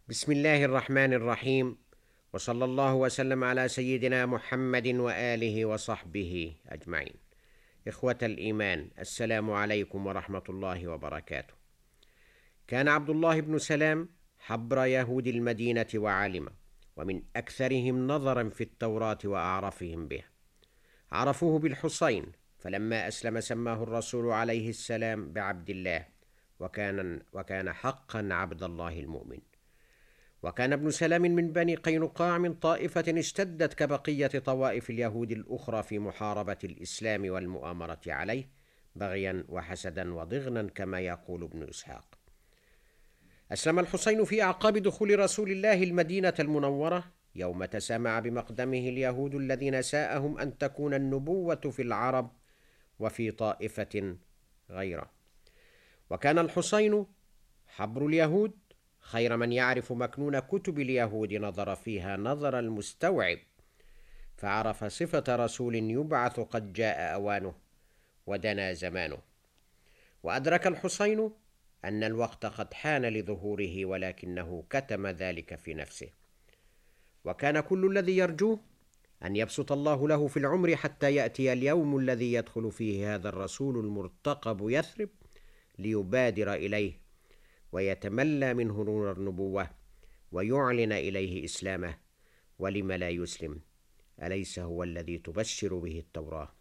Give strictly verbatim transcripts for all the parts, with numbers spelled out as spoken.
بسم الله الرحمن الرحيم، وصلى الله وسلم على سيدنا محمد وآله وصحبه أجمعين. إخوة الإيمان، السلام عليكم ورحمة الله وبركاته. كان عبد الله بن سلام حبر يهود المدينة وعالمه، ومن أكثرهم نظرا في التوراة وأعرفهم بها. عرفوه بالحصين، فلما أسلم سماه الرسول عليه السلام بعبد الله، وكان, وكان حقا عبد الله المؤمن. وكان ابن سلام من بني قينقاع، من طائفة اشتدت كبقية طوائف اليهود الأخرى في محاربة الإسلام والمؤامرة عليه، بغيا وحسدا وضغنا كما يقول ابن إسحاق. أسلم الحسين في أعقاب دخول رسول الله المدينة المنورة، يوم تسامع بمقدمه اليهود الذين ساءهم أن تكون النبوة في العرب وفي طائفة غيره. وكان الحسين حبر اليهود، خير من يعرف مكنون كتب اليهود نظر فيها نظر المستوعب، فعرف صفة رسول يبعث قد جاء أوانه ودنا زمانه. وأدرك الحسين أن الوقت قد حان لظهوره، ولكنه كتم ذلك في نفسه. وكان كل الذي يرجوه أن يبسط الله له في العمر حتى يأتي اليوم الذي يدخل فيه هذا الرسول المرتقب يثرب، ليبادر إليه ويتملى منه نور النبوة ويعلن إليه إسلامه. ولم لا يسلم؟ أليس هو الذي تبشر به التوراة؟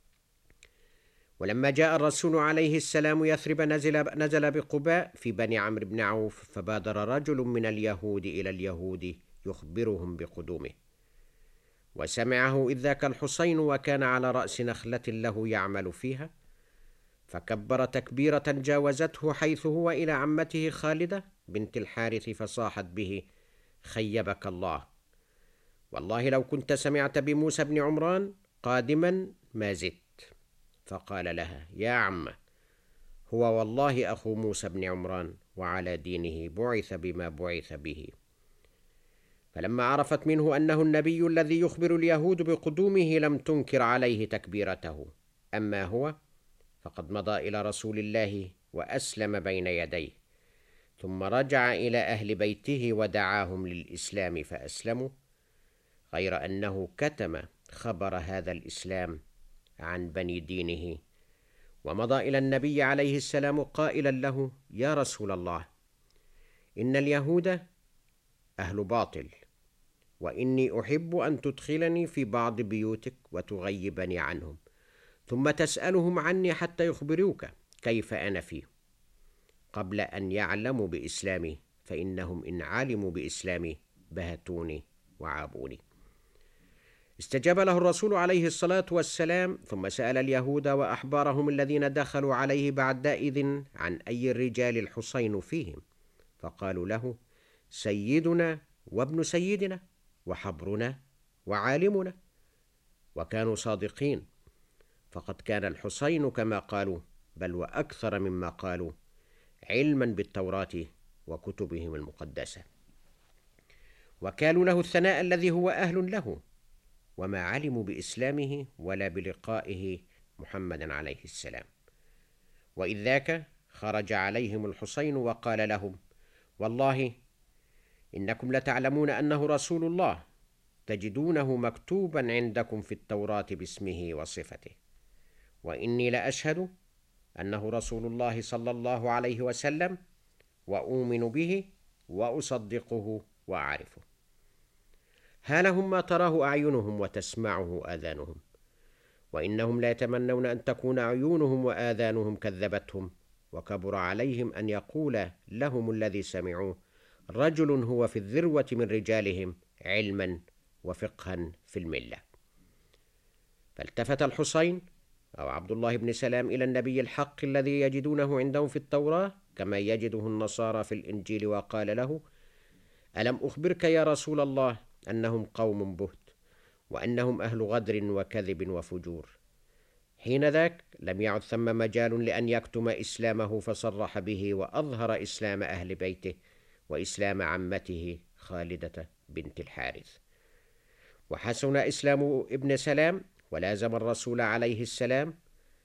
ولما جاء الرسول عليه السلام يثرب، نزل, نزل بقباء في بني عمرو بن عوف، فبادر رجل من اليهود إلى اليهود يخبرهم بقدومه. وسمعه إذ ذاك الحسين، وكان على رأس نخلة له يعمل فيها، فكبر تكبيرة جاوزته حيث هو إلى عمته خالدة بنت الحارث، فصاحت به: خيبك الله، والله لو كنت سمعت بموسى بن عمران قادما ما زدت. فقال لها: يا عمه، هو والله أخو موسى بن عمران، وعلى دينه بعث بما بعث به. فلما عرفت منه أنه النبي الذي يخبر اليهود بقدومه، لم تنكر عليه تكبيرته. أما هو فقد مضى إلى رسول الله وأسلم بين يديه، ثم رجع إلى أهل بيته ودعاهم للإسلام فأسلموا، غير أنه كتم خبر هذا الإسلام عن بني دينه، ومضى إلى النبي عليه السلام قائلا له: يا رسول الله، إن اليهود أهل باطل، وإني أحب أن تدخلني في بعض بيوتك وتغيبني عنهم، ثم تسألهم عني حتى يخبروك كيف أنا فيه، قبل أن يعلموا بإسلامي، فإنهم إن علموا بإسلامي بهتوني وعابوني. استجاب له الرسول عليه الصلاة والسلام، ثم سأل اليهود وأحبارهم الذين دخلوا عليه بعدئذ عن أي الرجال الحسين فيهم، فقالوا له: سيدنا وابن سيدنا وحبرنا وعالمنا. وكانوا صادقين، فقد كان الحسين كما قالوا، بل وأكثر مما قالوا، علما بالتوراة وكتبهم المقدسة، وكالوا له الثناء الذي هو أهل له، وما علموا بإسلامه ولا بلقائه محمد عليه السلام. وإذ ذاك خرج عليهم الحسين وقال لهم: والله إنكم لتعلمون أنه رسول الله، تجدونه مكتوبا عندكم في التوراة باسمه وصفته، وإني لأشهد أنه رسول الله صلى الله عليه وسلم، وأؤمن به وأصدقه وأعرفه. ها لهم ما تراه أعينهم وتسمعه آذانهم، وإنهم لا يتمنون أن تكون عيونهم وآذانهم كذبتهم، وكبر عليهم أن يقول لهم الذي سمعوه: رجل هو في الذروة من رجالهم علما وفقها في الملة. فالتفت الحسين أو عبد الله بن سلام إلى النبي الحق الذي يجدونه عندهم في التوراة كما يجده النصارى في الإنجيل، وقال له: ألم أخبرك يا رسول الله أنهم قوم بهت، وأنهم أهل غدر وكذب وفجور؟ حين ذاك لم يعد ثم مجال لأن يكتم إسلامه، فصرح به وأظهر إسلام أهل بيته وإسلام عمته خالدة بنت الحارث. وحسن إسلام ابن سلام، ولازم الرسول عليه السلام،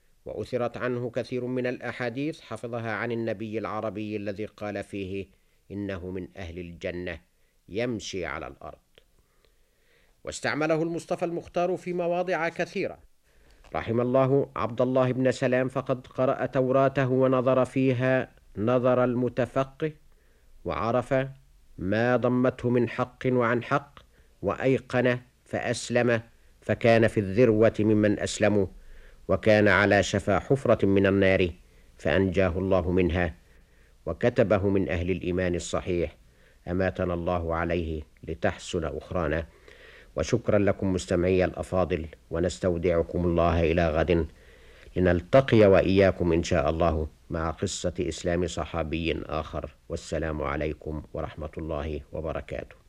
وأثرت عنه كثير من الأحاديث حفظها عن النبي العربي الذي قال فيه: إنه من أهل الجنة يمشي على الأرض. واستعمله المصطفى المختار في مواضع كثيرة. رحم الله عبد الله بن سلام، فقد قرأ توراته ونظر فيها نظر المتفقه، وعرف ما ضمته من حق وعن حق، وأيقن فأسلم، فكان في الذروة ممن أسلموا، وكان على شفا حفرة من النار فأنجاه الله منها، وكتبه من أهل الإيمان الصحيح. أماتنا الله عليه لتحسن أخرانا. وشكرا لكم مستمعي الأفاضل، ونستودعكم الله إلى غد، لنلتقي وإياكم إن شاء الله مع قصة إسلام صحابي آخر. والسلام عليكم ورحمة الله وبركاته.